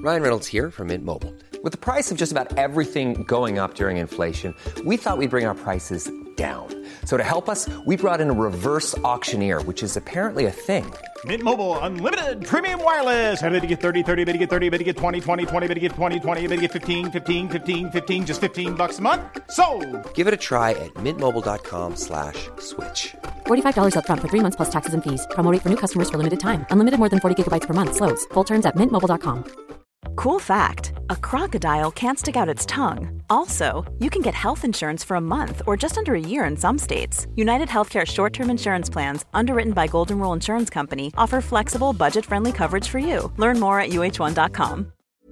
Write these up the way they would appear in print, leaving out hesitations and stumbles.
Ryan Reynolds here from Mint Mobile. With the price of just about everything going up during inflation, we thought we'd bring our prices down. So to help us, we brought in a reverse auctioneer, which is apparently a thing. Mint Mobile Unlimited Premium Wireless. How to get 30, 30, bit to get 30, bit to get 20, 20, 20, bit to get 20, 20, bit to get 15, 15, 15, 15, just $15 a month? Sold! Give it a try at mintmobile.com/switch. $45 up front for 3 months plus taxes and fees. Promo rate for new customers for limited time. Unlimited more than 40 gigabytes per month. Slows full terms at mintmobile.com. Cool fact, a crocodile can't stick out its tongue. Also, you can get health insurance for a month or just under a year in some states. United Healthcare short-term insurance plans, underwritten by Golden Rule Insurance Company, offer flexible, budget-friendly coverage for you. Learn more at uh1.com.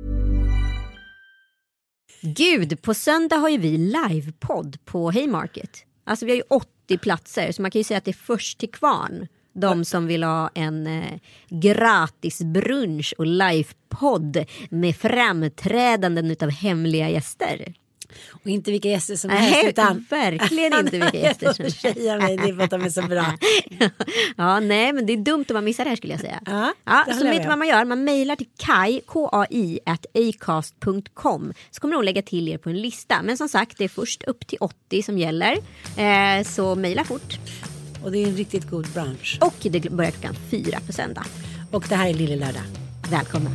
Gud, på söndag har ju vi livepodd på Haymarket. Alltså vi har ju 80 platser, så man kan ju säga att det är först till kvarn. De som vill ha en gratis brunch och livepodd med framträdanden utav hemliga gäster. Och inte vilka gäster som helst, utan verkligen inte vilka gäster som helst. Det är för att de är så bra. Ja, nej, men det är dumt om man missar det här, skulle jag säga. Ja, så vet vad man gör. Man mejlar till kai@acast.com, så kommer de lägga till er på en lista. Men som sagt, det är först upp till 80 som gäller. Så mejla fort. Och det är en riktigt god brunch. Och det börjar klockan 4 på söndag. Och det här är Lille Lördag. Välkomna.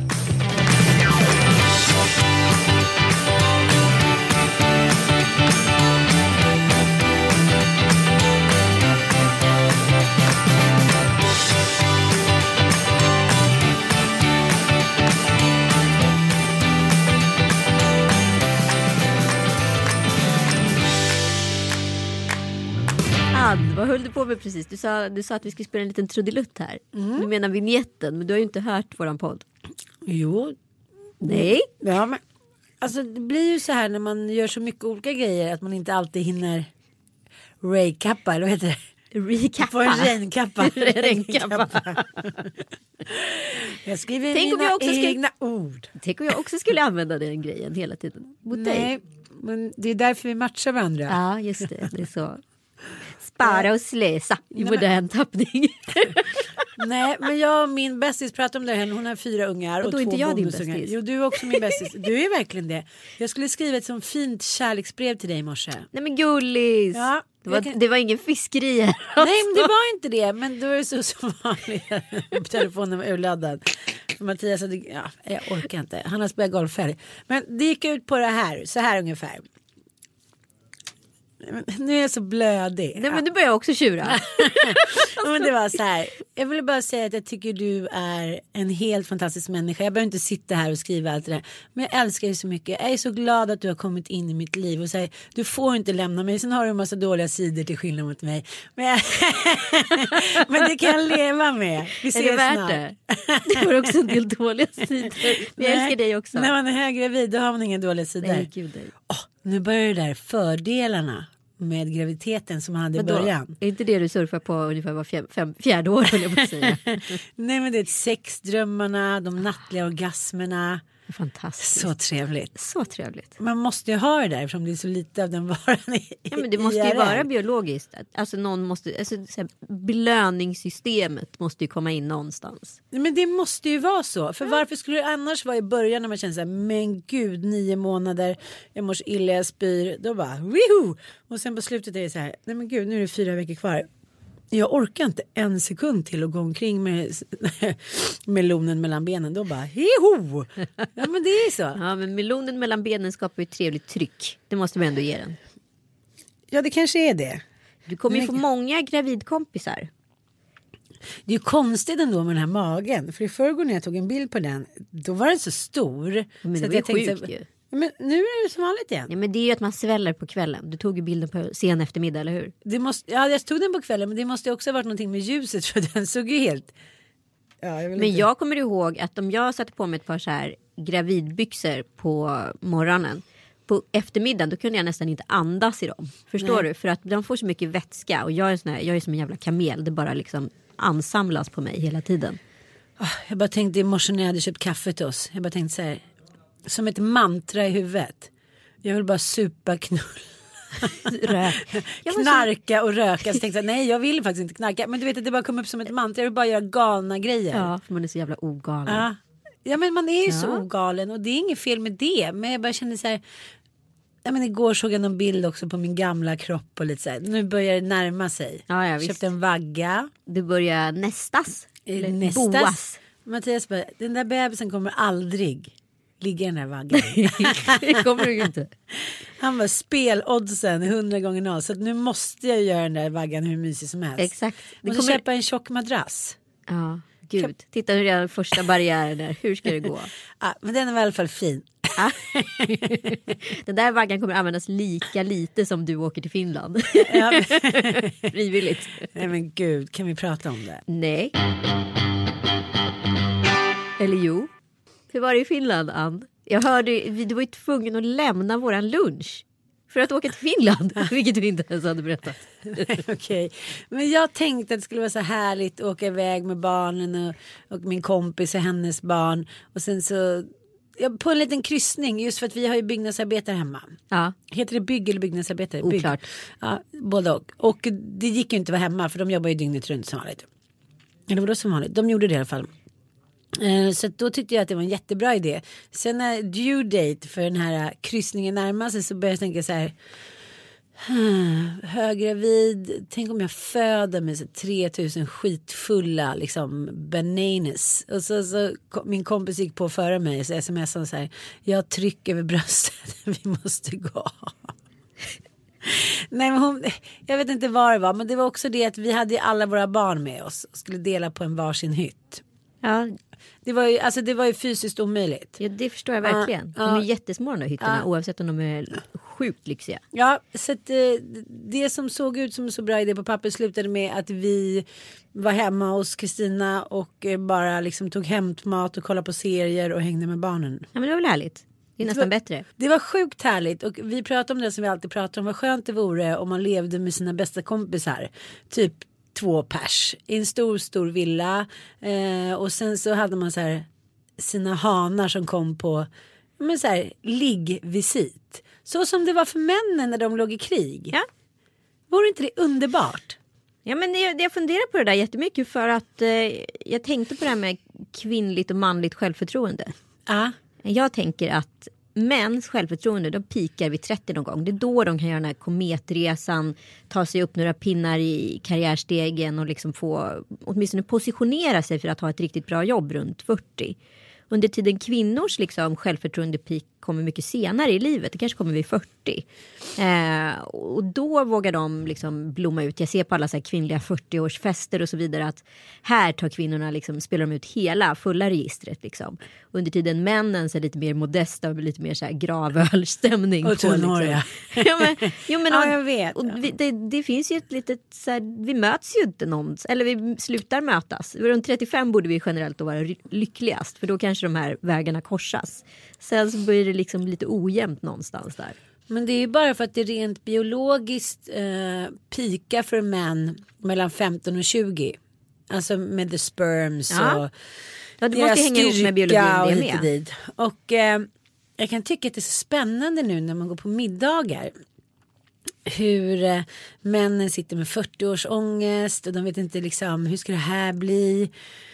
Vad höll du på med precis? Du sa att vi skulle spela en liten trudelutt här. Du menar vignetten, men du har ju inte hört våran podd. Jo. Nej. Ja, men alltså det blir ju så här när man gör så mycket olika grejer att man inte alltid hinner recappa, eller vad heter det? Recappa. På en regnkappa. Jag skriver mina egna ord. Tänk om jag också skulle använda den grejen hela tiden mot dig. Nej, men det är därför vi matchar varandra. Ja, just det. Det är så. Spara och slösa i modern tappning. Nej, men jag och min bästis pratar om det här. Hon har 4 ungar och 2 bonusungar. Jo, du är också min bästis. Du är verkligen det. Jag skulle skriva ett sånt fint kärleksbrev till dig i morse. Nej, men gullis. Ja, det var ingen fiskeri här. Nej, men det var inte det. Men då är det så som vanligt. Telefonen var urladdad. Mattias hade, jag orkar inte. Han har spelat golffärg. Men det gick ut på det här. Så här ungefär. Nu är jag så blödig. Nej, men du börjar också tjura. Men det var så här. Jag ville bara säga att jag tycker du är en helt fantastisk människa. Jag behöver inte sitta här och skriva allt det där. Men jag älskar dig så mycket. Jag är så glad att du har kommit in i mitt liv. Och säger, du får inte lämna mig. Sen har du en massa dåliga sidor till skillnad mot mig. Men det kan jag leva med. Vi ses är det värt snart. Det? Du har också en del dåliga sidor. Men jag älskar dig också. När man är höggravid då har man ingen dåliga sidor. Nej, gud. Nu börjar det där fördelarna med graviditeten som man hade i början. Är inte det du surfar på ungefär var fjärde år, vill jag bara säga? Nej, men det är sexdrömmarna, de nattliga orgasmerna. Fantastiskt. Så trevligt. Så trevligt. Man måste ju ha det där eftersom det är så lite av den varan i. Ja, men det måste ju vara biologiskt. Alltså någon måste, alltså, belöningssystemet måste ju komma in någonstans. Men det måste ju vara så. För varför skulle det annars vara i början när man känner så här, men gud, 9 månader, jag mår så illa, jag spyr. Då bara, wiho! Och sen på slutet är det så här, nej men gud, nu är det 4 veckor kvar. Jag orkar inte en sekund till att gå omkring med melonen mellan benen. Då bara, hiho! Ja, men det är så. Ja, men melonen mellan benen skapar ju ett trevligt tryck. Det måste man ändå ge den. Ja, det kanske är det. Du kommer ju få många gravidkompisar. Det är ju konstigt ändå med den här magen. För i förrgår när jag tog en bild på den, då var den så stor. Men det så var ju sjukt ju. Men nu är det som vanligt igen. Ja, men det är ju att man sväller på kvällen. Du tog ju bilden på sen eftermiddag, eller hur? Jag tog den på kvällen, men det måste ju också ha varit någonting med ljuset, för den såg ju helt... Ja, jag kommer ihåg att om jag satte på mig ett par så här gravidbyxor på morgonen, på eftermiddagen, då kunde jag nästan inte andas i dem. Förstår du? För att de får så mycket vätska, och jag är som en jävla kamel. Det bara liksom ansamlas på mig hela tiden. Jag bara tänkte i morse när jag hade köpt kaffe till oss. Jag bara tänkte så här, som ett mantra i huvudet. Jag vill bara supa, knulla. Knarka och röka. Så tänkte jag, nej, jag vill faktiskt inte knarka. Men du vet att det bara kom upp som ett mantra. Jag vill bara göra galna grejer. Ja, för man är så jävla ogalen. Ja. Ja, men man är ju så ogalen och det är inget fel med det. Men jag bara känner så här. Ja, men igår såg jag någon bild också på min gamla kropp och lite så här. Nu börjar det närma sig. Ja, köpte en vagga. Du börjar nästas. Boas. Mattias bara, den där bebisen kommer aldrig ligga i den här vaggan. Det kommer du inte. Han var speloddsen 100 gånger 0. Så att nu måste jag göra den där vaggan hur mysig som helst. Exakt. Du kommer köpa en tjock madrass. Ja, gud. Titta hur det är första barriären där. Hur ska det gå? Ja, men den är i alla fall fin. Den där vaggan kommer användas lika lite som du åker till Finland. Ja. Frivilligt. Nej men gud, kan vi prata om det? Nej. Eller jo. Hur var det i Finland, Ann? Jag hörde, du var ju tvungen att lämna våran lunch för att åka till Finland, vilket du inte ens hade berättat. Okej. Men jag tänkte att det skulle vara så härligt att åka iväg med barnen och min kompis och hennes barn. Och sen så, på en liten kryssning, just för att vi har ju byggnadsarbetare hemma. Ja. Heter det bygg eller byggnadsarbetare? Oklart. Ja, både och. Och det gick ju inte att vara hemma för de jobbar ju dygnet runt som vanligt. Eller vadå som vanligt? De gjorde det i alla fall. Så då tyckte jag att det var en jättebra idé. Sen när due date för den här kryssningen närmar sig så började jag tänka så här. Höggravid, tänk om jag föder med så 3000 skitfulla liksom bananas. Och så min kompis gick på före mig så smsade så här. Jag trycker över bröstet, vi måste gå. Nej, men jag vet inte vad det var, men det var också det att vi hade alla våra barn med oss och skulle dela på en varsin hytt. Ja. Det var ju fysiskt omöjligt. Ja, det förstår jag verkligen. De är jättesmå de där hytterna, oavsett om de är sjukt lyxiga. Ja, så att det som såg ut som en så bra idé på papper slutade med att vi var hemma hos Kristina och bara liksom tog hämtmat och kollade på serier och hängde med barnen. Ja, men det var väl härligt. Det är nästan bättre. Det var sjukt härligt och vi pratade om det som vi alltid pratar om. Vad skönt det vore om man levde med sina bästa kompisar. Typ 2 pers i en stor villa och sen så hade man så här sina hanar som kom på men så här liggvisit. Så som det var för männen när de låg i krig. Ja. Vore inte det underbart? Ja, men jag funderar på det där jättemycket för att jag tänkte på det här med kvinnligt och manligt självförtroende. Ja. Jag tänker att mäns självförtroende, de pikar vid 30 någon gång. Det är då de kan göra den här kometresan, ta sig upp några pinnar i karriärstegen och liksom få åtminstone positionera sig för att ha ett riktigt bra jobb runt 40. Under tiden kvinnors liksom självförtroende peak kommer mycket senare i livet. Det kanske kommer vid 40. Och då vågar de liksom blomma ut. Jag ser på alla så här kvinnliga 40-årsfester och så vidare att här tar kvinnorna liksom, spelar de ut hela fulla registret liksom. Under tiden männen så är lite mer modesta och lite mer så här gravölstämning. Och tonåriga. Liksom. Ja, jag vet. Och det finns ju ett litet så här, vi möts ju inte någon, eller vi slutar mötas. Runt 35 borde vi generellt då vara lyckligast, för då kanske de här vägarna korsas. Sen så blir det liksom lite ojämnt någonstans där. Men det är ju bara för att det rent biologiskt pika för män mellan 15 och 20. Alltså med the sperms och det måste hänga ihop med biologin det med. Dit. Och jag kan tycka att det är så spännande nu när man går på middagar. Hur männen sitter med 40-årsångest och de vet inte liksom hur ska det här bli.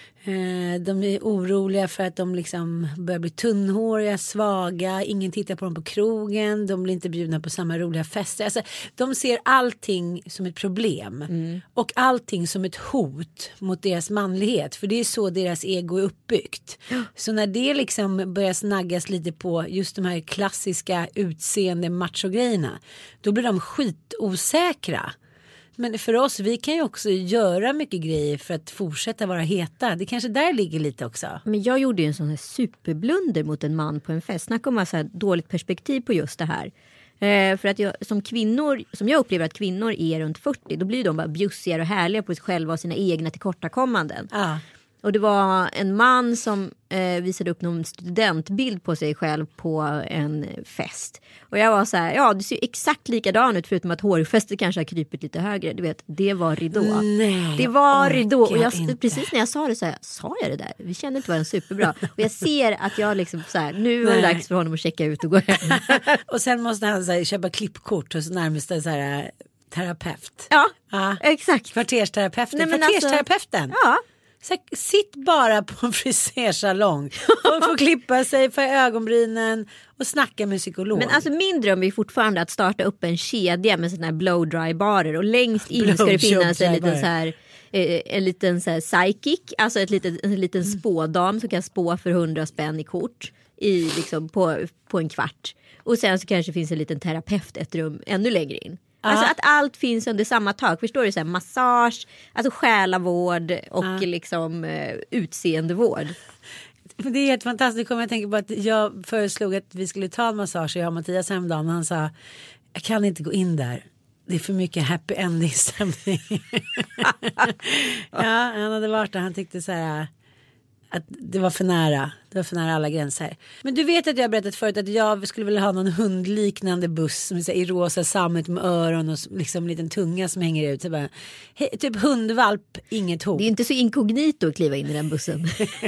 De är oroliga för att de liksom börjar bli tunnhåriga, svaga. Ingen tittar på dem på krogen. De blir inte bjudna på samma roliga fester. Alltså, de ser allting som ett problem. Och allting som ett hot mot deras manlighet. För det är så deras ego är uppbyggt. Så när det liksom börjar snaggas lite på just de här klassiska utseende macho-grejerna, då blir de skitosäkra. Men för oss, vi kan ju också göra mycket grejer för att fortsätta vara heta. Det kanske där ligger lite också. Men jag gjorde ju en sån här superblunder mot en man på en fest. Snacka om så här dåligt perspektiv på just det här. För att som jag upplever att kvinnor är runt 40, då blir de bara bjussigare och härliga på sig själva och sina egna tillkortakommanden. Och det var en man som visade upp någon studentbild på sig själv på en fest. Och jag var så här, ja det ser exakt likadan ut förutom att hårfästet kanske har krypit lite högre. Du vet, det var ridå. Nej, det var ridå. Och precis när jag sa det så här, sa jag det där? Vi kände inte varandra superbra. Och jag ser att jag liksom så här, nu är det dags för honom att checka ut och gå hem. Och sen måste han så här, köpa klippkort hos närmaste så här terapeut. Ja, exakt. Kvartersterapeuten. Kvartersterapeuten. Ja. Så här, sitt bara på en frisersalong och få klippa sig för ögonbrynen och snacka med psykolog. Men alltså min dröm är fortfarande att starta upp en kedja med sådana här blow dry barer och längst in ska det finnas en liten så här en liten så här psychic, alltså en liten spådam som kan spå för 100 spänn i kort i liksom på en kvart. Och sen så kanske finns en liten terapeut ett rum ännu längre in. Alltså att allt finns under samma tak. Förstår du? Så här, massage, alltså själavård och liksom utseendevård. Det är helt fantastiskt. Jag tänker på att jag föreslog att vi skulle ta en massage. Jag och Mattias häromdagen. Han sa, jag kan inte gå in där. Det är för mycket happy ending-stämning. Ja, han hade varit där. Han tyckte så här att det var för nära. Det var för nära alla gränser. Men du vet att jag har berättat förut att jag skulle vilja ha någon hundliknande buss som är så här, i rosa sammet med öron och liksom en liten tunga som hänger ut. Så bara, typ hundvalp, inget hot. Det är inte så inkognito att kliva in i den bussen.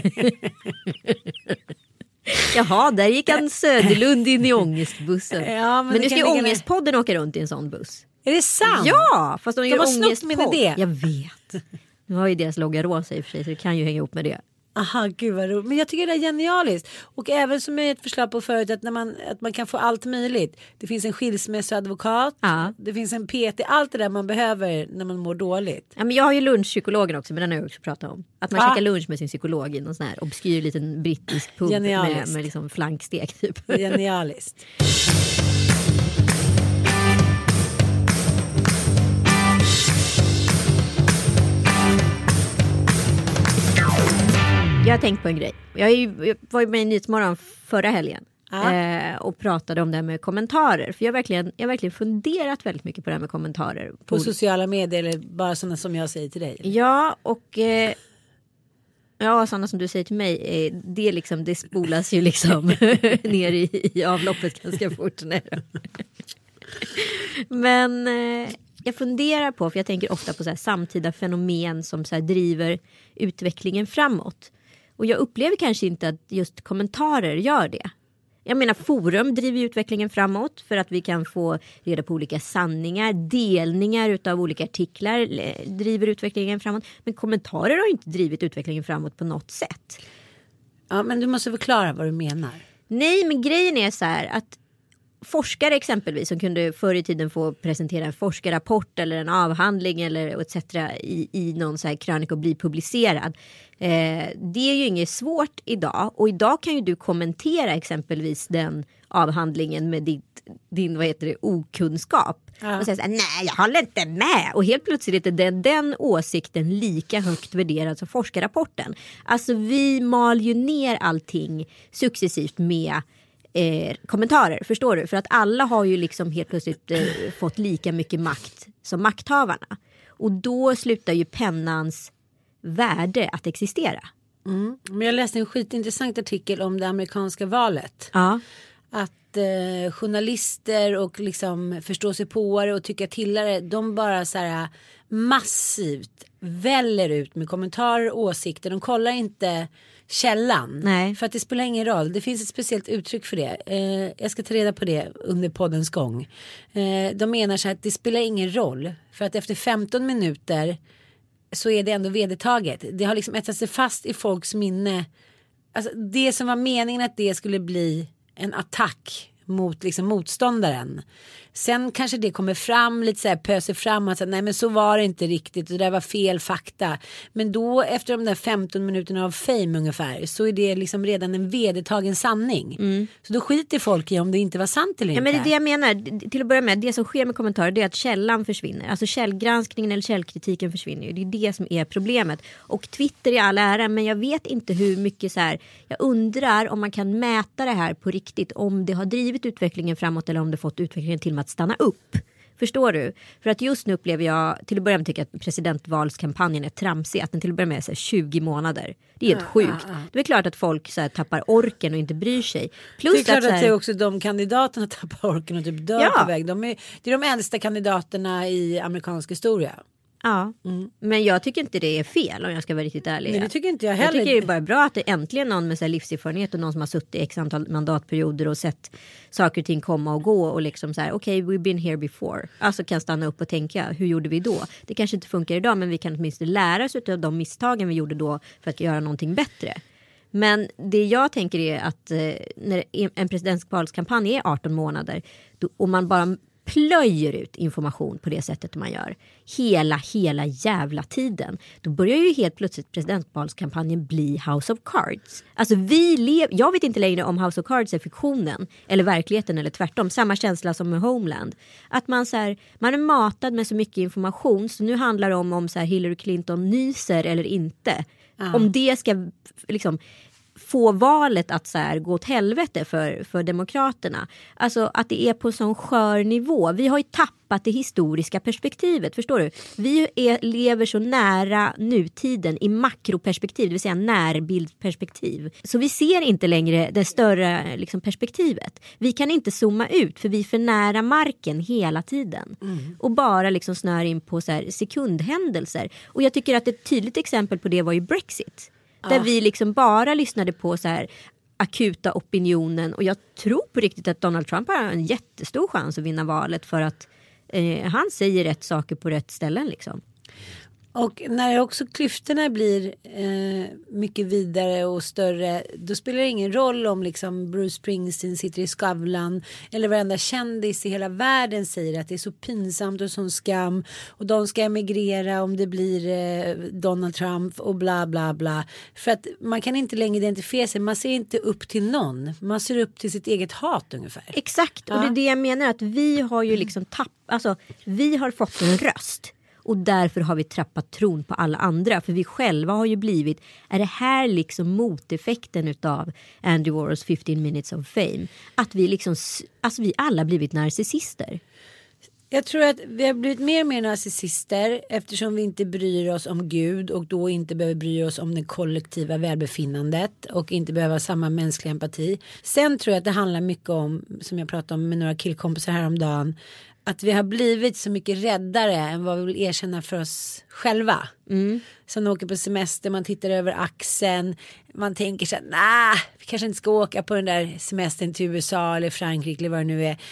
Jaha, där gick han Söderlund in i ångestbussen. Ja, men nu ska ju Ångestpodden åka runt i en sån buss. Är det sant? Ja, fast de har snott min idé. Jag vet. Nu har ju deras logga rosa i och för sig, så det kan ju hänga ihop med det. Aha, gud vad roligt. Men jag tycker det är genialiskt. Och även som jag ett förslag på förut att man kan få allt möjligt. Det finns en skilsmässoadvokat. Det finns en PT. Allt det där man behöver när man mår dåligt. Ja, men jag har ju lunchpsykologen också, men den har jag också pratat om. Att man käkar lunch med sin psykolog i någon sån här obskyr liten brittisk pub med liksom flankstek typ. Genialiskt. Jag har tänkt på en grej. Jag var ju med i Nyhetsmorgon förra helgen och pratade om det här med kommentarer. För jag har verkligen funderat väldigt mycket på det här med kommentarer. På sociala medier eller bara sådana som jag säger till dig? Ja, och sådana som du säger till mig, det spolas ju liksom ner i avloppet ganska fort. Men jag funderar på, för jag tänker ofta på så här samtida fenomen som så här driver utvecklingen framåt. Och jag upplever kanske inte att just kommentarer gör det. Jag menar, forum driver utvecklingen framåt för att vi kan få reda på olika sanningar. Delningar utav olika artiklar driver utvecklingen framåt. Men kommentarer har inte drivit utvecklingen framåt på något sätt. Ja, men du måste förklara vad du menar. Nej, men grejen är så här att forskare exempelvis som kunde förr i tiden få presentera en forskarrapport eller en avhandling eller etc. i någon så här krönika och bli publicerad. Det är ju inget svårt idag, och idag kan ju du kommentera exempelvis den avhandlingen med din okunskap och säga så här, nej, jag håller inte med, och helt plötsligt är den åsikten lika högt värderad som forskarrapporten. Alltså vi mal ju ner allting successivt med kommentarer, förstår du? För att alla har ju liksom helt plötsligt fått lika mycket makt som makthavarna. Och då slutar ju pennans värde att existera. Men jag läste en skitintressant artikel om det amerikanska valet. Ja. Att journalister och liksom förståsigpåare och tycka-tillare, de bara så här massivt väller ut med kommentarer och åsikter. De kollar inte källan. Nej. För att det spelar ingen roll. Det finns ett speciellt uttryck för det. Jag ska ta reda på det under poddens gång. De menar så här att det spelar ingen roll. För att efter 15 minuter så är det ändå vedertaget. Det har liksom etsat sig fast i folks minne. Alltså det som var meningen att det skulle bli en attack mot liksom motståndaren. Sen kanske det kommer fram lite så här, pöser fram att nej, men så var det inte riktigt, det där var fel fakta. Men då efter de där 15 minuterna av fame ungefär så är det liksom redan en vedertagen sanning. Så då skiter folk i om det inte var sant eller inte. Ja, men det är det jag menar. Till att börja med, det som sker med kommentarer, det är att källan försvinner. Alltså källgranskningen eller källkritiken försvinner. Det är det som är problemet. Och Twitter är all ära, men jag vet inte hur mycket så här, jag undrar om man kan mäta det här på riktigt, om det har drivit utvecklingen framåt eller om det fått utvecklingen till att stanna upp. Förstår du? För att just nu upplever jag, till att börja med tycker att presidentvalskampanjen är tramsig, att den till att börja med är så här 20 månader. Det är helt sjukt. Det är klart att folk så här tappar orken och inte bryr sig. Plus det är klart att, så här, att det är också de kandidaterna tappar orken och typ dör på väg. Det är de äldsta kandidaterna i amerikansk historia. Ja, men jag tycker inte det är fel om jag ska vara riktigt ärlig. Nej, det tycker inte jag heller. Jag tycker det är bara bra att det äntligen någon med så här livserfarenhet och någon som har suttit i x antal mandatperioder och sett saker och ting komma och gå och liksom så här, okej, we've been here before. Alltså kan stanna upp och tänka, hur gjorde vi då? Det kanske inte funkar idag, men vi kan åtminstone lära oss av de misstagen vi gjorde då för att göra någonting bättre. Men det jag tänker är att när en presidentvalskampanj är 18 månader och man bara plöjer ut information på det sättet man gör hela jävla tiden, då börjar ju helt plötsligt presidentvalskampanjen bli House of Cards. Alltså jag vet inte längre om House of Cards är fiktionen eller verkligheten eller tvärtom, samma känsla som med Homeland. Att man är matad med så mycket information, så nu handlar det om så här, Hillary Clinton nyser eller inte. Om det ska liksom få valet att så här, gå åt helvete för demokraterna. Alltså att det är på sån skör nivå. Vi har ju tappat det historiska perspektivet, förstår du? Vi lever så nära nutiden i makroperspektiv, det vill säga närbildsperspektiv. Så vi ser inte längre det större liksom, perspektivet. Vi kan inte zooma ut för vi är för nära marken hela tiden. Och bara liksom snör in på så här, sekundhändelser. Och jag tycker att ett tydligt exempel på det var ju Brexit. Där vi liksom bara lyssnade på så här akuta opinionen. Och jag tror på riktigt att Donald Trump har en jättestor chans att vinna valet. För att han säger rätt saker på rätt ställen liksom. Och när också klyftorna blir mycket vidare och större, då spelar det ingen roll om liksom Bruce Springsteen sitter i Skavlan eller varenda kändis i hela världen säger att det är så pinsamt och sån skam och de ska emigrera om det blir Donald Trump och bla bla bla. För att man kan inte längre identifiera sig, man ser inte upp till någon, man ser upp till sitt eget hat ungefär. Exakt, och det är det jag menar, att vi har ju liksom vi har fått en röst. Och därför har vi trappat tron på alla andra. För vi själva har ju blivit, är det här liksom moteffekten utav Andy Warhols 15 minutes of fame? Att vi liksom, alltså vi alla blivit narcissister. Jag tror att vi har blivit mer och mer narcissister eftersom vi inte bryr oss om Gud och då inte behöver bry oss om det kollektiva välbefinnandet och inte behöver ha samma mänskliga empati. Sen tror jag att det handlar mycket om, som jag pratade om med några killkompisar häromdagen, att vi har blivit så mycket räddare än vad vi vill erkänna för oss själva. Så man åker på semester, man tittar över axeln, man tänker så här, vi kanske inte ska åka på den där semestern till USA eller Frankrike eller vad det nu är.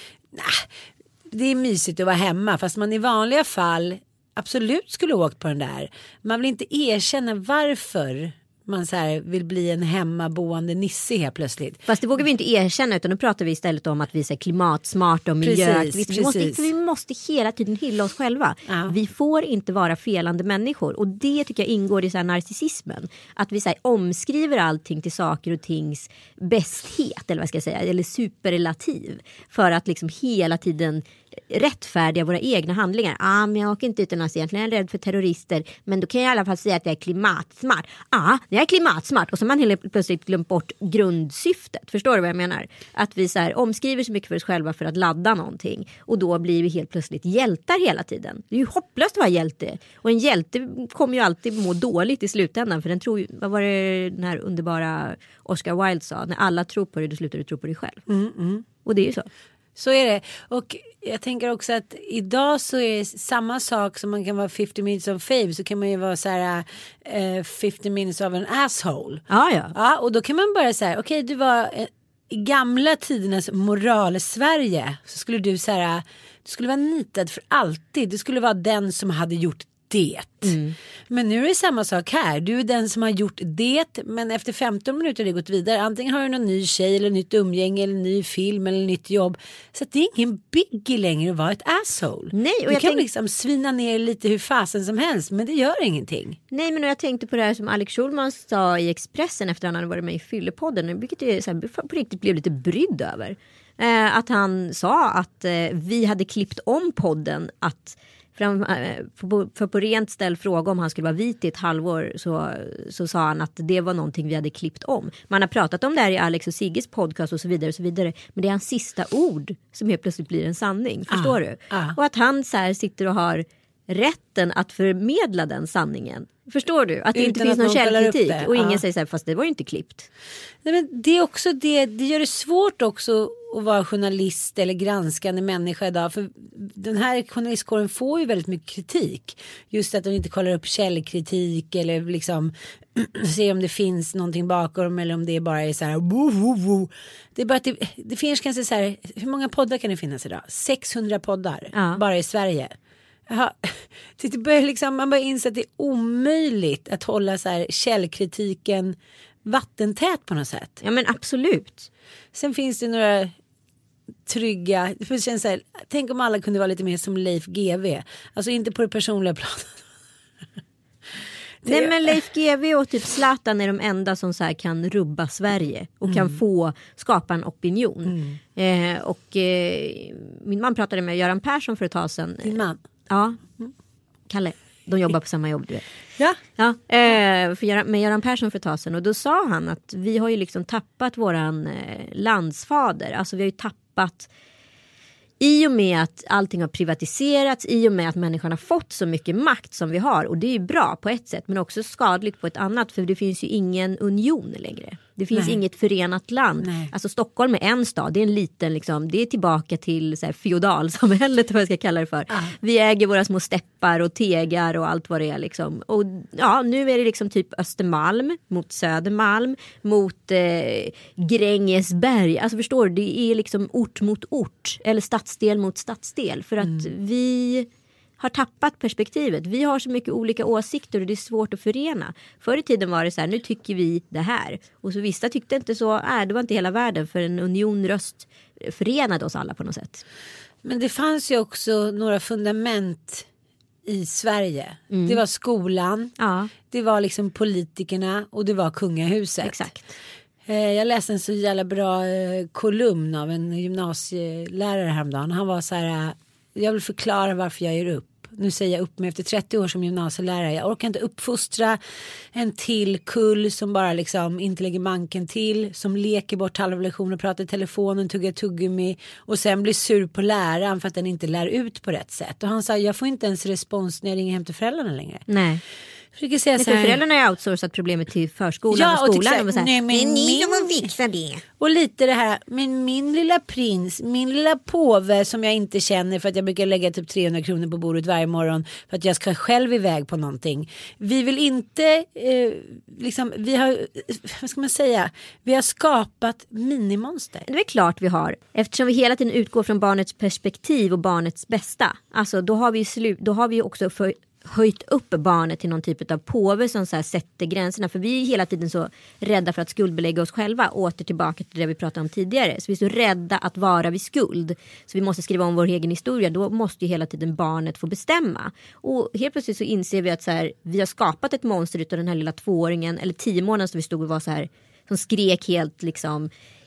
Det är mysigt att vara hemma, fast man i vanliga fall absolut skulle ha åkt på den där. Man vill inte erkänna varför man så här vill bli en hemmaboende nisse helt plötsligt. Fast det vågar vi inte erkänna, utan nu pratar vi istället om att vi är klimatsmarta och miljöaktivister. Vi måste hela tiden hylla oss själva. Ja. Vi får inte vara felande människor. Och det tycker jag ingår i så här narcissismen. Att vi så här omskriver allting till saker och tings bästhet, eller vad ska jag säga, eller superrelativ. För att liksom hela tiden rättfärdiga våra egna handlingar. Men jag åker inte utomlands egentligen, jag är rädd för terrorister, men då kan jag i alla fall säga att jag är klimatsmart. Jag är klimatsmart, och så man helt plötsligt glömt bort grundsyftet. Förstår du vad jag menar? Att vi så här omskriver så mycket för oss själva för att ladda någonting, och då blir vi helt plötsligt hjältar hela tiden. Det är ju hopplöst att vara hjälte, och en hjälte kommer ju alltid må dåligt i slutändan, för den tror ju, vad var det den här underbara Oscar Wilde sa, när alla tror på det, då slutar du tro på dig själv. Och det är ju så. Så är det. Och jag tänker också att idag så är det samma sak som man kan vara 50 minutes of fame, så kan man ju vara så här 50 minutes of an asshole. Ja, och då kan man bara säga, okej, du var i gamla tidernas moral-Sverige, så skulle du så här, du skulle vara nitad för alltid. Du skulle vara den som hade gjort det. Men nu är det samma sak här. Du är den som har gjort det, men efter 15 minuter har det gått vidare. Antingen har du någon ny tjej eller nytt umgänge eller ny film eller nytt jobb. Så att det är ingen biggie längre att vara ett asshole. Nej, och du kan liksom svina ner lite hur fasen som helst, men det gör ingenting. Nej, men jag tänkte på det här som Alex Schulman sa i Expressen efter att han hade varit med i Fyllepodden, vilket jag så här, på riktigt blev lite brydd över. Att han sa att vi hade klippt om podden, att för på rent ställ fråga om han skulle vara vit i ett halvår, så sa han att det var någonting vi hade klippt om. Man har pratat om det här i Alex och Sigges podcast och så vidare och så vidare, men det är hans sista ord som helt plötsligt blir en sanning, förstår du? Och att han så här sitter och har rätten att förmedla den sanningen. Förstår du? Att det inte finns någon källkritik och ingen säger så här, fast det var ju inte klippt. Nej, men det är också det gör det svårt också att vara journalist eller granskande människa idag. För den här journalistkåren får ju väldigt mycket kritik. Just att de inte kollar upp källkritik eller liksom se om det finns någonting bakom eller om det bara är så här woo. Det är bara att det finns kanske så här, hur många poddar kan det finnas idag? 600 poddar bara i Sverige. Det börjar liksom, man börjar inse att det är omöjligt att hålla så här källkritiken vattentät på något sätt. Ja men absolut. Sen finns det några trygga, det känns så här, tänk om alla kunde vara lite mer som Leif GW. Alltså inte på det personliga planet. Nej men Leif GW och typ Zlatan är de enda som så här kan rubba Sverige och kan skapa en opinion. Min man pratade med Göran Persson för ett tag sedan. Din man? Ja, Kalle. De jobbar på samma jobb, du vet. Ja. Med Göran Persson för ett tag sedan. Och då sa han att vi har ju liksom tappat våran landsfader. Alltså vi har ju tappat, i och med att allting har privatiserats, i och med att människan har fått så mycket makt som vi har. Och det är ju bra på ett sätt men också skadligt på ett annat. För det finns ju ingen union längre. Det finns inget förenat land. Nej. Alltså Stockholm är en stad. Det är en liten liksom, det är tillbaka till så här feodalsamhället vad jag ska kalla det för. Vi äger våra små steppar och tegar och allt vad det är liksom. Och ja, nu är det liksom typ Östermalm mot Södermalm mot Grängesberg. Alltså förstår du, det är liksom ort mot ort eller stadsdel mot stadsdel för att vi har tappat perspektivet. Vi har så mycket olika åsikter och det är svårt att förena. Förr i tiden var det så här, nu tycker vi det här. Och så vissa tyckte inte så, det var inte hela världen för en unionröst förenade oss alla på något sätt. Men det fanns ju också några fundament i Sverige. Det var skolan, det var liksom politikerna och det var kungahuset. Exakt. Jag läste en så jävla bra kolumn av en gymnasielärare häromdagen. Han var så här, jag vill förklara varför jag ger upp. Nu säger jag upp mig efter 30 år som gymnasielärare. Jag orkar inte uppfostra en till kull som bara liksom inte lägger manken till. Som leker bort halva lektionen, pratar i telefonen, tuggar tuggummi. Och sen blir sur på läraren för att den inte lär ut på rätt sätt. Och han sa, jag får inte ens respons när jag ringer hem till föräldrarna längre. Nej. Jag säga för föräldrarna har outsourcat problemet till förskolan och skolan. Och nej, men ni som har fixat det. Och lite det här, men min lilla prins, min lilla påve som jag inte känner för att jag brukar lägga typ 300 kronor på bordet varje morgon för att jag ska själv iväg på någonting. Vi vill inte, liksom, vi har, vad ska man säga, vi har skapat minimonster. Det är klart vi har, eftersom vi hela tiden utgår från barnets perspektiv och barnets bästa. Alltså då har vi också höjt upp barnet till någon typ av påve som så här sätter gränserna. För vi är hela tiden så rädda för att skuldbelägga oss själva. Åter tillbaka till det vi pratade om tidigare. Så vi är så rädda att vara vid skuld. Så vi måste skriva om vår egen historia. Då måste ju hela tiden barnet få bestämma. Och helt plötsligt så inser vi att så här, vi har skapat ett monster utav den här lilla 2-åringen. Eller 10 månader som vi stod och var så här, som skrek helt liksom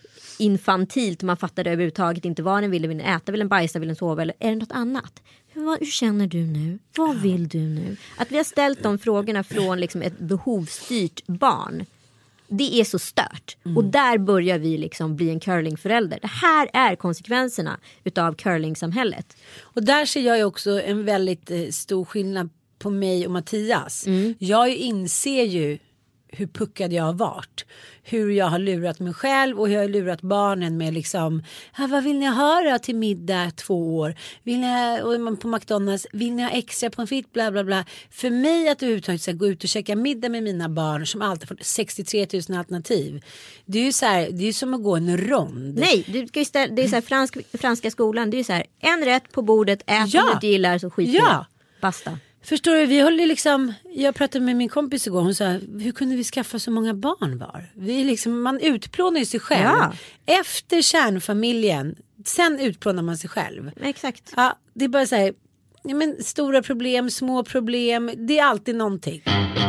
infantilt. Man fattade överhuvudtaget inte vad den ville. Vill den äta, vill den bajsa, vill den sova eller är det något annat? Hur känner du nu? Vad vill du nu? Att vi har ställt de frågorna från liksom ett behovsstyrt barn. Det är så stört. Och där börjar vi liksom bli en curlingförälder. Det här är konsekvenserna utav curlingsamhället. Och där ser jag ju också en väldigt stor skillnad på mig och Mattias. Jag inser ju hur puckad jag har varit. Hur jag har lurat mig själv och hur jag har lurat barnen med liksom, vad vill ni ha till middag 2 år? Vill ni på McDonalds, vill ni ha extra på en fit, bla bla bla. För mig att överhuvudtaget ska gå ut och käka middag med mina barn som alltid fått 63 000 alternativ. Det är ju så här, det är som att gå en rond. Nej, det är så här franska skolan, det är ju så här, en rätt på bordet, ät om du inte gillar så skit i det. Basta. Förstår du, vi håller liksom, jag pratade med min kompis igår, hon sa, hur kunde vi skaffa så många barn var? Vi liksom, man utplånar ju sig själv. Ja. Efter kärnfamiljen, sen utplånar man sig själv. Exakt. Ja, det är bara så här, ja, men stora problem, små problem, det är alltid någonting.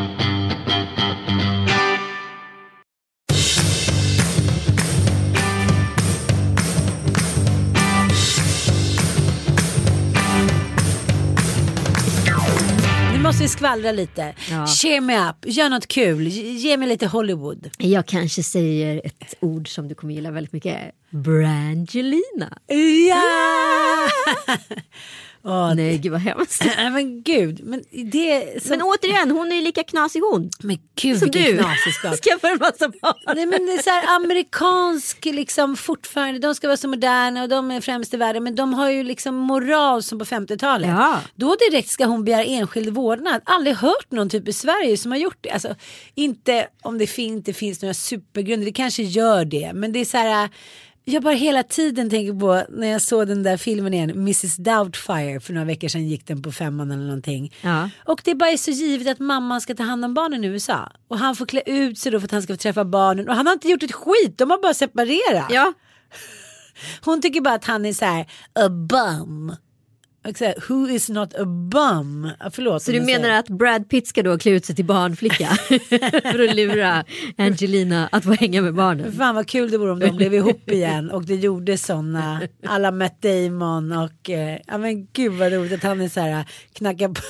Måste vi skvallra lite. Cheer me up, gör något kul, ge mig lite Hollywood. Jag kanske säger ett ord som du kommer gilla väldigt mycket. Brangelina. Ja! Nej, gud vad hemskt. Nej men gud. Men återigen, hon är ju lika knasig hon. Men gud som vilken du. knasig Skaffar en massa barn. Nej men det är så här amerikansk liksom fortfarande. De ska vara så moderna och de är främst i världen. Men de har ju liksom moral som på 50-talet. Ja. Då direkt ska hon begära enskild vårdnad. Aldrig hört någon typ i Sverige som har gjort det. Alltså inte om det inte finns några supergrunder. Det kanske gör det. Men det är så här. Jag bara hela tiden tänker på när jag såg den där filmen igen, Mrs. Doubtfire, för några veckor sedan gick den på 5:an eller någonting. Ja. Och det är bara så givet att mamman ska ta hand om barnen i USA. Och han får klä ut sig då för att han ska få träffa barnen. Och han har inte gjort ett skit, de har bara separerat. Ja. Hon tycker bara att han är så här, a bum. Och så här, who is not a bum? Förlåt. Så du menar att Brad Pitt ska då klä ut sig till barnflicka för att lura Angelina att få hänga med barnen? Fan vad kul det vore om de blev ihop igen och det gjorde sådana alla Matt Damon och ja men gud vad roligt att han är så här knacka på.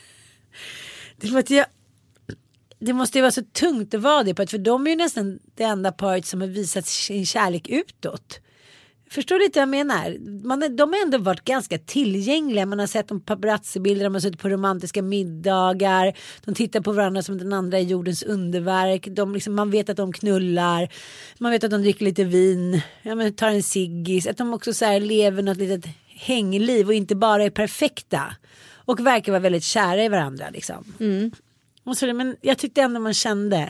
Det måste ju vara så tungt att vara det på, för de är ju nästan det enda paret som har visat sin kärlek utåt. Förstår du inte vad jag menar? De har ändå varit ganska tillgängliga. Man har sett de paparazzi-bilder, de har suttit på romantiska middagar. De tittar på varandra som den andra är jordens underverk. Man vet att de knullar. Man vet att de dricker lite vin. Tar en ciggis. Att de också så här lever något litet hängliv och inte bara är perfekta. Och verkar vara väldigt kära i varandra liksom. Och så, men jag tyckte ändå man kände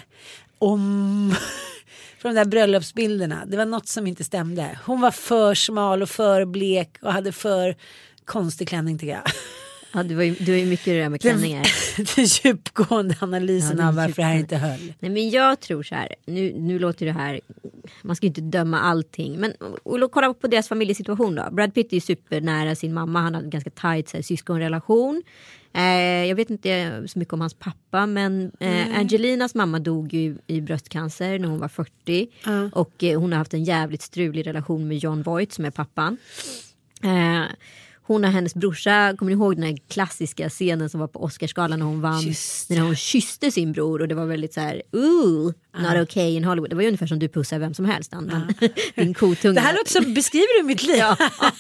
från de där bröllopsbilderna. Det var något som inte stämde. Hon var för smal och för blek och hade för konstig klänning tycker jag. Ja, du är ju mycket det där med klänningar. Den djupgående analysen av varför det här inte höll. Nej men jag tror så här, nu låter det här, man ska ju inte döma allting. Men kolla på deras familjesituation då. Brad Pitt är ju supernära sin mamma, han hade en ganska tajt så här, syskonrelation. Jag vet inte så mycket om hans pappa, men Angelinas mamma dog ju i bröstcancer när hon var 40. Och hon har haft en jävligt strulig relation med Jon Voight som är pappan. Hon och hennes brorsa, kommer ni ihåg den här klassiska scenen som var på Oscarsgalan när hon vann, när hon kysste sin bror och det var väldigt så här, not okay in Hollywood. Det var ju ungefär som du pussar vem som helst, Anna. Din kotunga. Det här låter som, beskriver du mitt liv? Ja.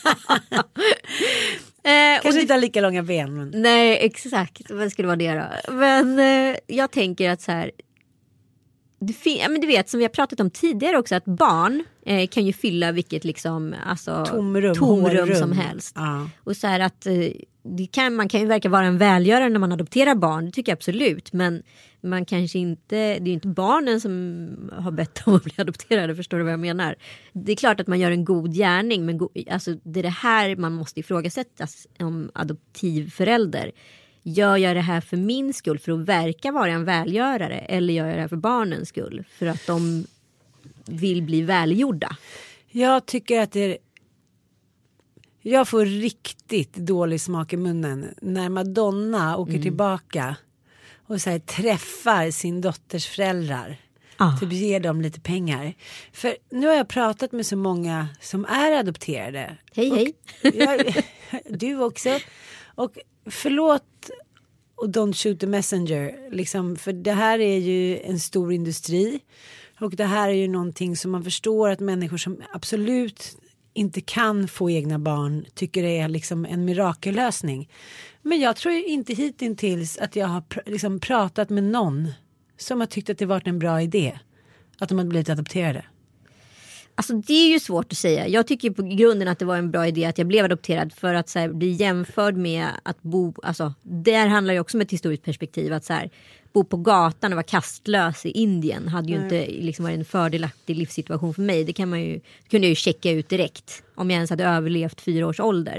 Kanske inte har lika långa ben. Men... Nej, exakt. Vad skulle vara det då? Men jag tänker att så här, men du vet som vi har pratat om tidigare också, att barn kan ju fylla vilket liksom alltså, tomrum som helst. Ja. Och så här att man kan ju verka vara en välgörare när man adopterar barn, det tycker jag absolut, men man kanske inte, det är ju inte barnen som har bett om att bli adopterade, förstår du vad jag menar? Det är klart att man gör en god gärning, men alltså, det är det här man måste ifrågasättas om adoptivförälder. Gör jag det här för min skull, för att verka vara en välgörare, eller gör jag det här för barnens skull, för att de vill bli välgjorda? Jag tycker att jag får riktigt dålig smak i munnen när Madonna åker tillbaka och så här, träffar sin dotters föräldrar. Typ ger dem lite pengar. För nu har jag pratat med så många som är adopterade. Hej. Du också. Och förlåt och don't shoot the messenger. Liksom, för det här är ju en stor industri. Och det här är ju någonting som man förstår att människor som absolut inte kan få egna barn tycker det är liksom en mirakellösning. Men jag tror inte hittills att jag har liksom pratat med någon som har tyckt att det varit en bra idé att de hade blivit adopterade. Alltså det är ju svårt att säga. Jag tycker på grunden att det var en bra idé att jag blev adopterad, för att så här, bli jämförd med att bo, alltså där handlar ju också om ett historiskt perspektiv, att så här, bo på gatan och vara kastlös i Indien hade ju inte liksom varit en fördelaktig livssituation för mig. Det kunde jag ju checka ut direkt om jag ens hade överlevt 4 års ålder.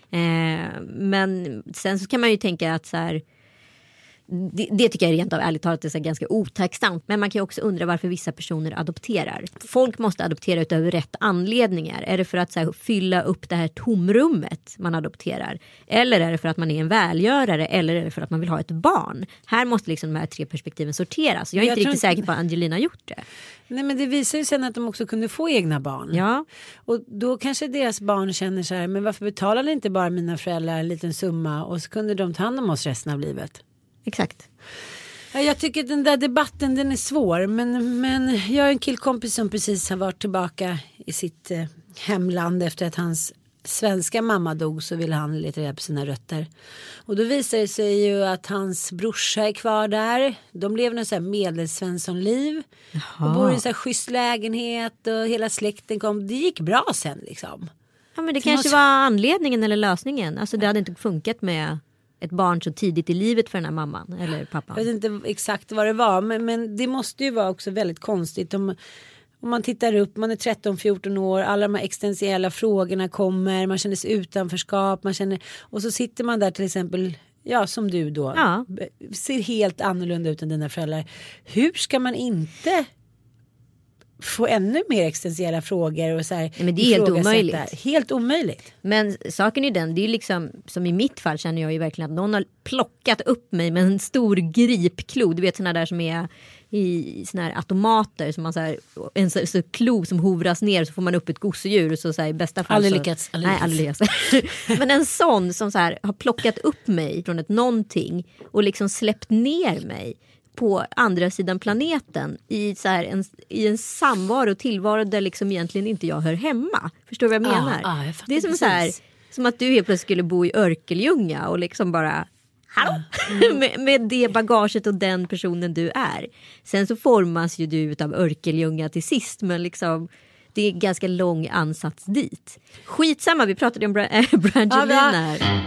Men sen så kan man ju tänka att så här, det tycker jag rent av ärligt talat är så ganska otacksamt. Men man kan ju också undra varför vissa personer adopterar. Folk måste adoptera utöver rätt anledningar. Är det för att så här, fylla upp det här tomrummet man adopterar? Eller är det för att man är en välgörare? Eller är det för att man vill ha ett barn? Här måste liksom de här 3 perspektiven sorteras. Jag är inte riktigt säker på att Angelina har gjort det. Nej, men det visar ju sen att de också kunde få egna barn. Ja. Och då kanske deras barn känner så här, men varför betalade inte bara mina föräldrar en liten summa och så kunde de ta hand om oss resten av livet? Exakt. Jag tycker att den där debatten, den är svår, men jag har en killkompis som precis har varit tillbaka i sitt hemland efter att hans svenska mamma dog så ville han leta reda på sina rötter. Och då visade det sig ju att hans brorsa är kvar där. De lever något så här medelsvenssonliv. Och bor i en så här schysst lägenhet och hela släkten kom. Det gick bra sen liksom. Ja, men det kanske var anledningen eller lösningen. Alltså det hade inte funkat med ett barn så tidigt i livet för den här mamman eller pappan. Jag vet inte exakt vad det var, men det måste ju vara också väldigt konstigt om man tittar upp, man är 13-14 år, alla de här existentiella frågorna kommer, man känner sig utanförskap, och så sitter man där till exempel, ja som du då, ser helt annorlunda ut än dina föräldrar. Hur ska man inte få ännu mer existentiella frågor och så här? Men det är helt omöjligt. Helt omöjligt. Men saken är den, det är liksom som i mitt fall känner jag ju verkligen att någon har plockat upp mig med en stor gripklo. Du vet såna där som är i såna här automater som man så här, en så klo som hovras ner så får man upp ett gosedjur och så här, i bästa fall aldrig så, lyckats. Nej, aldrig lyckats. Men en sån som så här har plockat upp mig från ett någonting och liksom släppt ner mig på andra sidan planeten i så här i en samvaro och tillvaro där liksom egentligen inte jag hör hemma. Förstår du vad jag menar? Jag det är som så här, som att du helt plötsligt skulle bo i Örkelljunga och liksom bara hallå med det bagaget och den personen du är. Sen så formas ju du av Örkelljunga till sist, men liksom det är ganska lång ansats dit. Skitsamma, vi pratade om Brangelina här.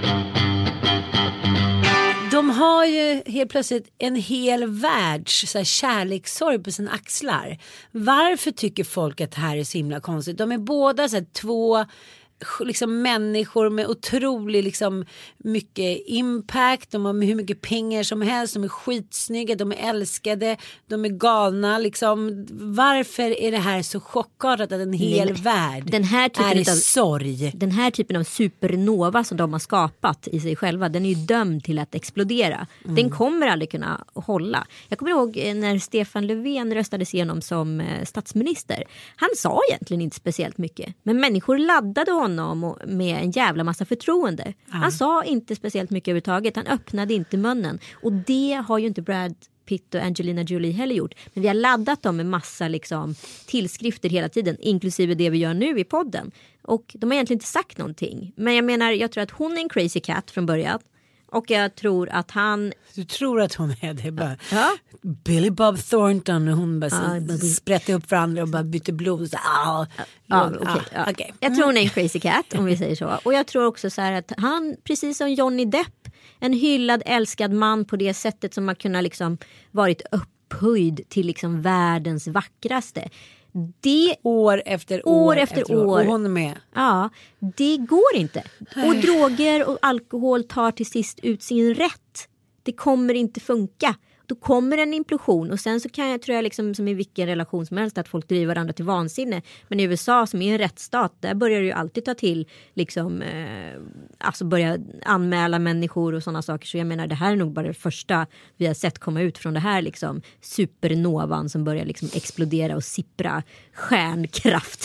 De har ju helt plötsligt en hel världs så här, kärlekssorg på sina axlar. Varför tycker folk att det här är så himla konstigt? De är båda så här, två liksom människor med otroligt liksom mycket impact, de har hur mycket pengar som helst, de är skitsnygga, de är älskade, de är galna liksom. Varför är det här så chockartat att en hel värld den här typen är i av sorg? Den här typen av supernova som de har skapat i sig själva, den är ju dömd till att explodera. Den kommer aldrig kunna hålla. Jag kommer ihåg när Stefan Löfven röstades igenom som statsminister. Han sa egentligen inte speciellt mycket, men människor laddade honom med en jävla massa förtroende. Han sa inte speciellt mycket överhuvudtaget. Han öppnade inte munnen. Och det har ju inte Brad Pitt och Angelina Jolie heller gjort. Men vi har laddat dem med massa liksom, tillskrifter hela tiden. Inklusive det vi gör nu i podden. Och de har egentligen inte sagt någonting. Men jag menar, jag tror att hon är en crazy cat från början. Och jag tror att han... Du tror att hon är det bara. Ja. Billy Bob Thornton och hon bara sprätte upp varandra och bara bytte blod. Så, okay. Jag tror hon är en crazy cat om vi säger så. Och jag tror också så här att han, precis som Johnny Depp, en hyllad, älskad man på det sättet som har kunnat liksom varit upphöjd till liksom världens vackraste. Det år efter år. Och hon är med. Ja, det går inte. Och droger och alkohol tar till sist ut sin rätt. Det kommer inte funka. Då kommer en implosion och sen så tror jag liksom som i vilken relation som helst att folk driver varandra till vansinne. Men i USA som är en rättsstat, där börjar det ju alltid ta till liksom alltså börja anmäla människor och sådana saker. Så jag menar, det här är nog bara det första vi har sett komma ut från det här liksom supernovan som börjar liksom explodera och sippra stjärnkraft.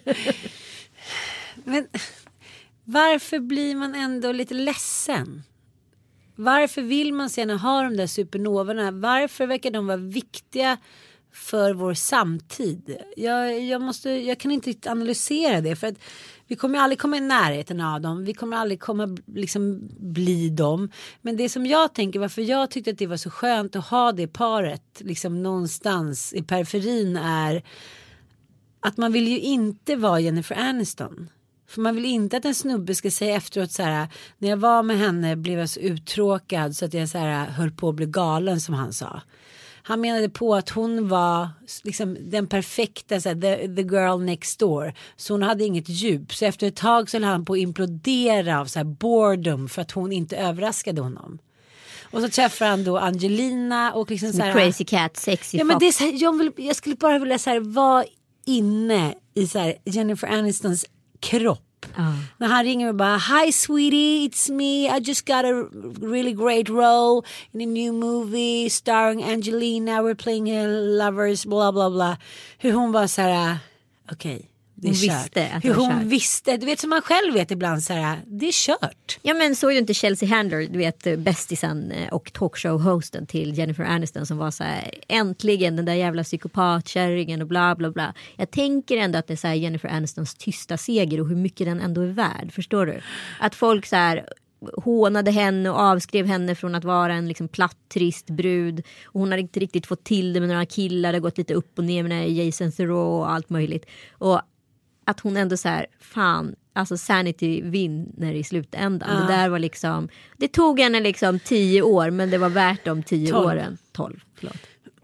Men varför blir man ändå lite ledsen? Varför vill man gärna ha de där supernovorna? Varför verkar de vara viktiga för vår samtid? Jag kan inte analysera det, för att vi kommer aldrig komma i närheten av dem. Vi kommer aldrig komma liksom bli dem. Men det som jag tänker, varför jag tyckte att det var så skönt att ha det paret liksom någonstans i periferin, är att man vill ju inte vara Jennifer Aniston. För man vill inte att en snubbe ska säga efteråt så här: när jag var med henne blev jag så uttråkad så att jag så här höll på att bli galen, som han sa. Han menade på att hon var liksom den perfekta så här, the girl next door. Så hon hade inget djup. Så efter ett tag så höll han på att implodera av så här boredom för att hon inte överraskade honom. Och så träffar han då Angelina och liksom så här, crazy cat, sexy ja, men det är så här, jag skulle bara vilja så här, vara inne i så här Jennifer Anistons kropp. När han ringer och bara: hi sweetie, it's me, I just got a really great role in a new movie starring Angelina, we're playing lovers, bla bla bla. Hur hon var så här: okej, det är Hon kört. visste att det Hur var hon kört. visste, du vet som man själv vet ibland så här, det är kört. Ja, men såg du inte Chelsea Handler, du vet bästisen och talkshow-hosten till Jennifer Aniston som var så här, äntligen den där jävla psykopatkärringen och bla bla bla. Jag tänker ändå att det är så här Jennifer Anistons tysta seger och hur mycket den ändå är värd, förstår du? Att folk så här hånade henne och avskrev henne från att vara en liksom platt, trist brud. Och hon hade inte riktigt fått till det med några killar. Det har gått lite upp och ner med Jason Theroux och allt möjligt. Och att hon ändå så här, fan, alltså sanity vinner i slutändan. Det där var liksom, det tog henne liksom 10 år, men det var värt de 10 åren. 12, förlåt.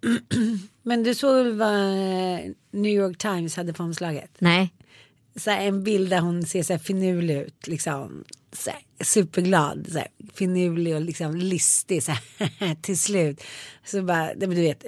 Men du såg vad New York Times hade på omslaget? Nej. Så här, en bild där hon ser så här finurlig ut, liksom så här, superglad, så här, finurlig och liksom listig så här, till slut. Så bara, du vet,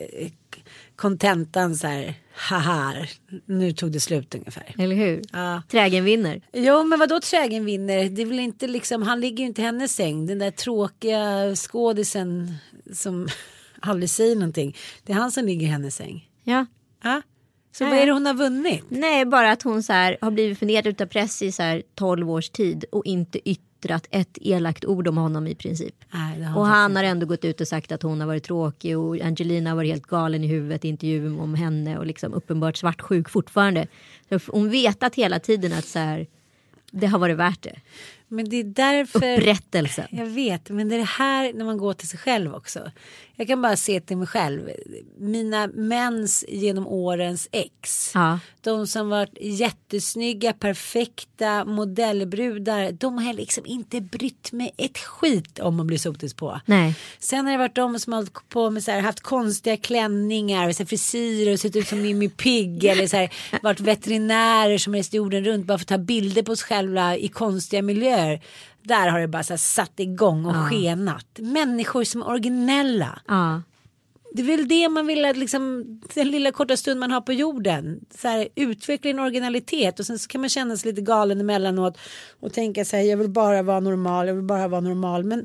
kontentan så här, haha, nu tog det slut ungefär. Eller hur? Ja. Trägen vinner. Jo, men vadå trägen vinner? Det är väl inte liksom, han ligger ju inte i hennes säng. Den där tråkiga skådisen som aldrig säger någonting. Det är han som ligger i hennes säng. Ja. Ja. Så vad är det hon har vunnit? Nej, bara att hon så här, har blivit förnedrad utav press i så här 12 års tid och inte yttrat ett elakt ord om honom i princip. Nej, och han har ändå gått ut och sagt att hon har varit tråkig och Angelina har varit helt galen i huvudet i intervjun om henne och liksom uppenbart svartsjuk fortfarande. Så hon vet att hela tiden att så här, det har varit värt det. Men det är därför... Upprättelsen. Jag vet, men det är det här när man går till sig själv också. Jag kan bara se till mig själv. Mina mäns genom årens ex. Ja. De som varit jättesnygga, perfekta modellbrudar. De har liksom inte brytt mig ett skit om att bli sotis på. Nej. Sen har det varit de som har hållit på med så här, haft konstiga klänningar och så här, frisyrer och sett ut som Mimmi Pigg. Eller så här, varit veterinärer som rest jorden runt bara för att ta bilder på sig själva i konstiga miljöer. Där har det bara så här, satt igång och skenat. Människor som är originella. Ja. Det är väl det man vill att liksom, den lilla korta stund man har på jorden. Så här, utveckla en originalitet. Och sen så kan man känna sig lite galen emellanåt. Och tänka så här, jag vill bara vara normal. Jag vill bara vara normal. Men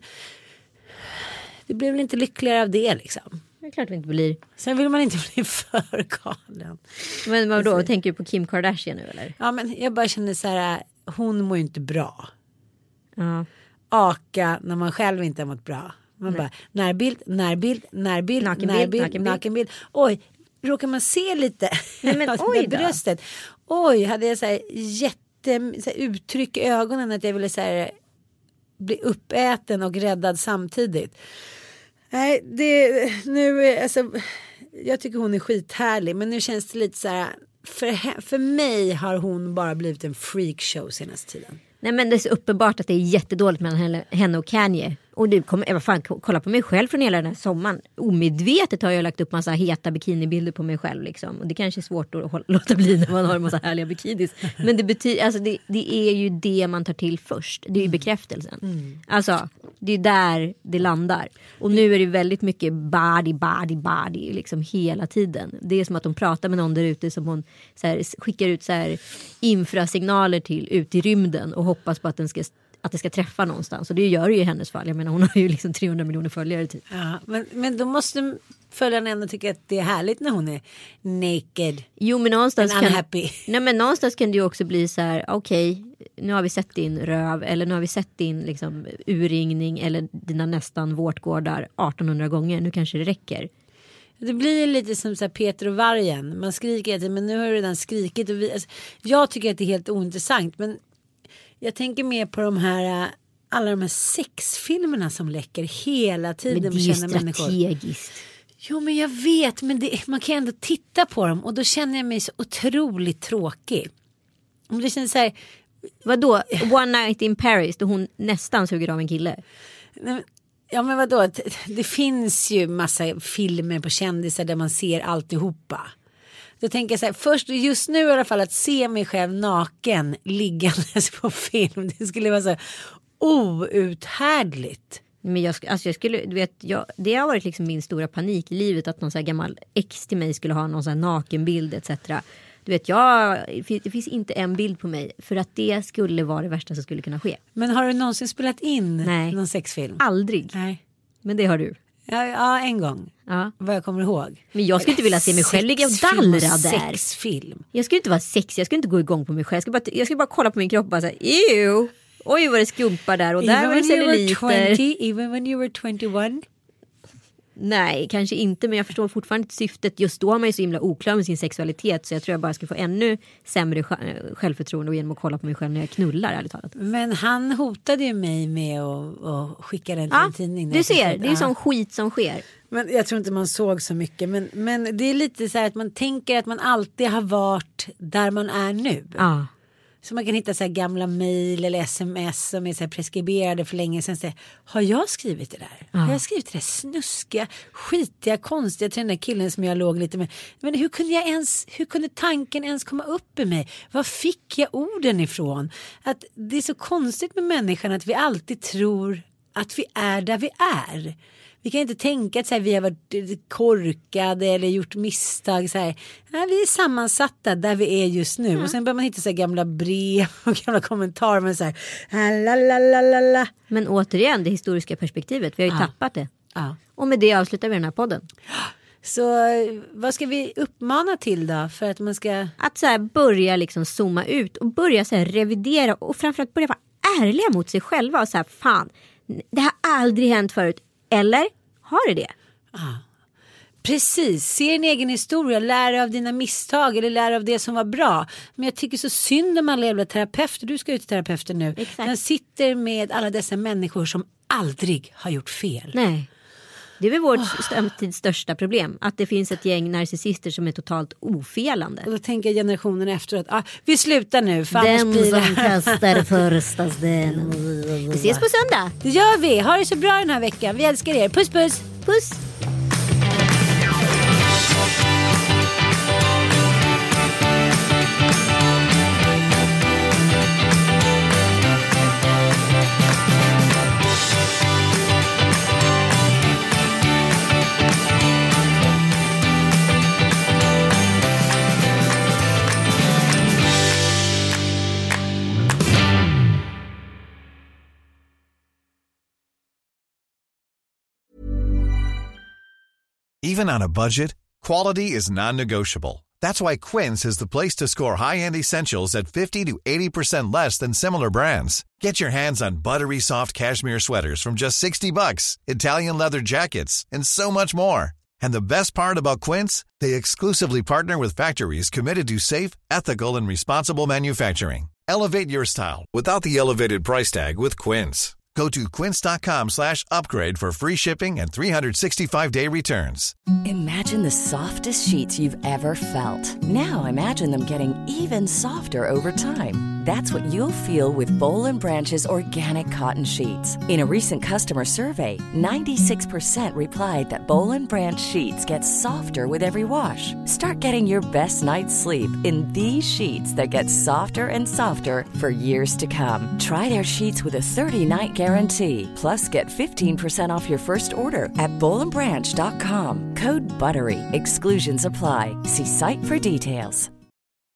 det blir väl inte lyckligare av det liksom. Det är klart vi inte blir. Sen vill man inte bli för galen. Men vadå, tänker du på Kim Kardashian nu eller? Ja, men jag bara känner så här, hon mår ju inte bra. Ja. Aka när man själv inte har mått bra. Man bara, närbild, nakenbild. Oj, råkar man se lite men oj då. bröstet. Oj, hade jag så här så här, uttryck i ögonen att jag ville så här, bli uppäten och räddad samtidigt. Nej, alltså, jag tycker hon är skithärlig, men nu känns det lite så här, för mig har hon bara blivit en freakshow senaste tiden. Nej, men det är så uppenbart att det är jättedåligt mellan henne och Kanye. Och du kommer, vad fan, kolla på mig själv från hela den här sommaren. Omedvetet har jag lagt upp massa heta bikinibilder på mig själv liksom. Och det kanske är svårt att låta bli när man har en massa härliga bikinis. Men det betyder, alltså det är ju det man tar till först. Det är ju bekräftelsen. Alltså, det är där det landar. Och nu är det väldigt mycket body liksom hela tiden. Det är som att de pratar med någon där ute som hon så här, skickar ut så här infrasignaler till ut i rymden och hoppas på att det ska träffa någonstans. Och det gör det ju i hennes fall. Jag menar, hon har ju liksom 300 miljoner följare typ. Ja, men då måste följarna ändå tycka att det är härligt när hon är naked. Jo, men någonstans någonstans kan det ju också bli så här, okej, nu har vi sett din röv eller nu har vi sett din liksom urringning eller dina nästan vårtgårdar 1800 gånger. Nu kanske det räcker. Det blir lite som så här Peter och vargen. Man skriker att men nu har du redan skrikit. Och alltså, jag tycker att det är helt ointressant, men jag tänker mer på alla de här sexfilmerna som läcker hela tiden. Men det är ju strategiskt. Jo, men jag vet, men man kan ändå titta på dem och då känner jag mig så otroligt tråkig. Om det känns så här. Vadå? One Night in Paris då hon nästan suger av en kille. Ja, men vadå? Det finns ju massa filmer på kändisar där man ser alltihopa. Då tänker jag så här, först just nu i alla fall att se mig själv naken liggandes på film, det skulle vara så outhärdligt. Men jag skulle, du vet, det har varit liksom min stora panik i livet att någon så här gammal ex till mig skulle ha någon så här nakenbild etc. Du vet, det finns inte en bild på mig för att det skulle vara det värsta som skulle kunna ske. Men har du någonsin spelat in någon sexfilm? Aldrig. Nej. Men det har du. Ja, en gång. Ja. Vad jag kommer ihåg. Men jag skulle inte vilja se mig själv ligga och dallra där. Sexfilm. Jag skulle inte vara sexig, jag skulle inte gå igång på mig själv. Jag skulle bara kolla på min kropp och bara säga, ew. Oj vad det skumpar där och där var det celluliter. Even when you were 21? Nej, kanske inte, men jag förstår fortfarande inte syftet. Just då har man ju så himla oklar med sin sexualitet, så jag tror jag bara ska få ännu sämre självförtroende genom att kolla på mig själv när jag knullar, ärligt talat. Men han hotade ju mig med att skicka den till en tidning. Du ser, det är ju sån skit som sker. Men jag tror inte man såg så mycket. Men det är lite så här att man tänker att man alltid har varit där man är nu. Ja. Så man kan hitta så här gamla mejl eller sms som är så här preskriberade för länge sedan. Så här, har jag skrivit det där? Ja. Har jag skrivit det där snuskiga, skitiga, konstiga till den där killen som jag låg lite med? Men hur kunde tanken ens komma upp i mig? Var fick jag orden ifrån? Att det är så konstigt med människan att vi alltid tror att vi är där vi är. Vi kan inte tänka att så här, vi har varit korkade eller gjort misstag. Så här. Nej, vi är sammansatta där vi är just nu. Och sen börjar man hitta så här gamla brev och gamla kommentarer. Men, så här, men återigen, det historiska perspektivet. Vi har ju tappat det. Ja. Och med det avslutar vi den här podden. Så vad ska vi uppmana till då? För att man ska... Att så här börja liksom zooma ut och börja så här revidera. Och framförallt börja vara ärliga mot sig själva. Och så här, fan, det har aldrig hänt förut. Eller har det? Precis, se din egen historia, lär av dina misstag eller lär av det som var bra. Men jag tycker så synd om alla jävla terapeuter. Du ska ut till terapeuten nu. Exakt. Den sitter med alla dessa människor som aldrig har gjort fel. Nej. Det är väl vårt tids största problem. Att det finns ett gäng narcissister som är totalt ofelande. Och då tänker jag generationen efteråt. Vi slutar nu. Den som kastar första stenen. Vi ses på söndag. Det gör vi. Ha det så bra den här veckan. Vi älskar er. Puss puss. Puss. Even on a budget, quality is non-negotiable. That's why Quince is the place to score high-end essentials at 50 to 80% less than similar brands. Get your hands on buttery soft cashmere sweaters from just $60, Italian leather jackets, and so much more. And the best part about Quince, they exclusively partner with factories committed to safe, ethical, and responsible manufacturing. Elevate your style without the elevated price tag with Quince. Go to quince.com/upgrade for free shipping and 365-day returns. Imagine the softest sheets you've ever felt. Now imagine them getting even softer over time. That's what you'll feel with Boll & Branch's organic cotton sheets. In a recent customer survey, 96% replied that Boll & Branch sheets get softer with every wash. Start getting your best night's sleep in these sheets that get softer and softer for years to come. Try their sheets with a 30-night guarantee. Plus, get 15% off your first order at bollandbranch.com. Code BUTTERY. Exclusions apply. See site for details.